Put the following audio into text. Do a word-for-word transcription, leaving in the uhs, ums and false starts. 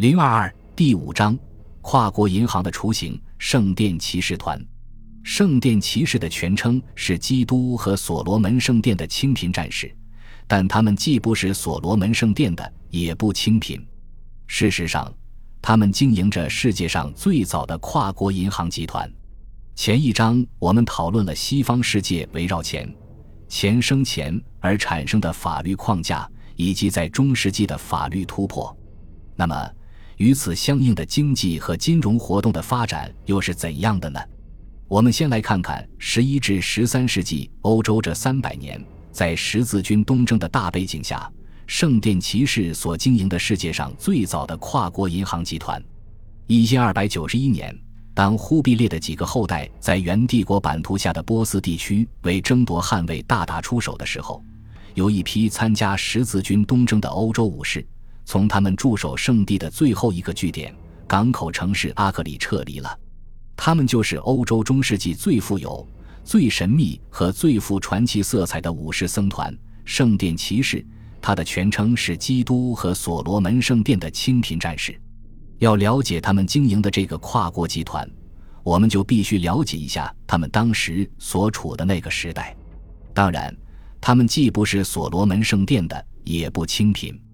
零二二第五章跨国银行的雏形。圣殿骑士团。圣殿骑士的全称是基督和所罗门圣殿的清贫战士，但他们既不是所罗门圣殿的，也不清贫。事实上，他们经营着世界上最早的跨国银行集团。前一章我们讨论了西方世界围绕钱、钱生钱而产生的法律框架，以及在中世纪的法律突破。那么与此相应的经济和金融活动的发展又是怎样的呢？我们先来看看十一至十三世纪欧洲这三百年，在十字军东征的大背景下，圣殿骑士所经营的世界上最早的跨国银行集团。一千二百九十一年，当忽必烈的几个后代在原帝国版图下的波斯地区为争夺汉位大打出手的时候，有一批参加十字军东征的欧洲武士从他们驻守圣地的最后一个据点港口城市阿克里撤离了。他们就是欧洲中世纪最富有、最神秘和最富传奇色彩的武士僧团——圣殿骑士，它的全称是基督和所罗门圣殿的清贫战士。要了解他们经营的这个跨国集团，我们就必须了解一下他们当时所处的那个时代。当然，他们既不是所罗门圣殿的，也不清贫。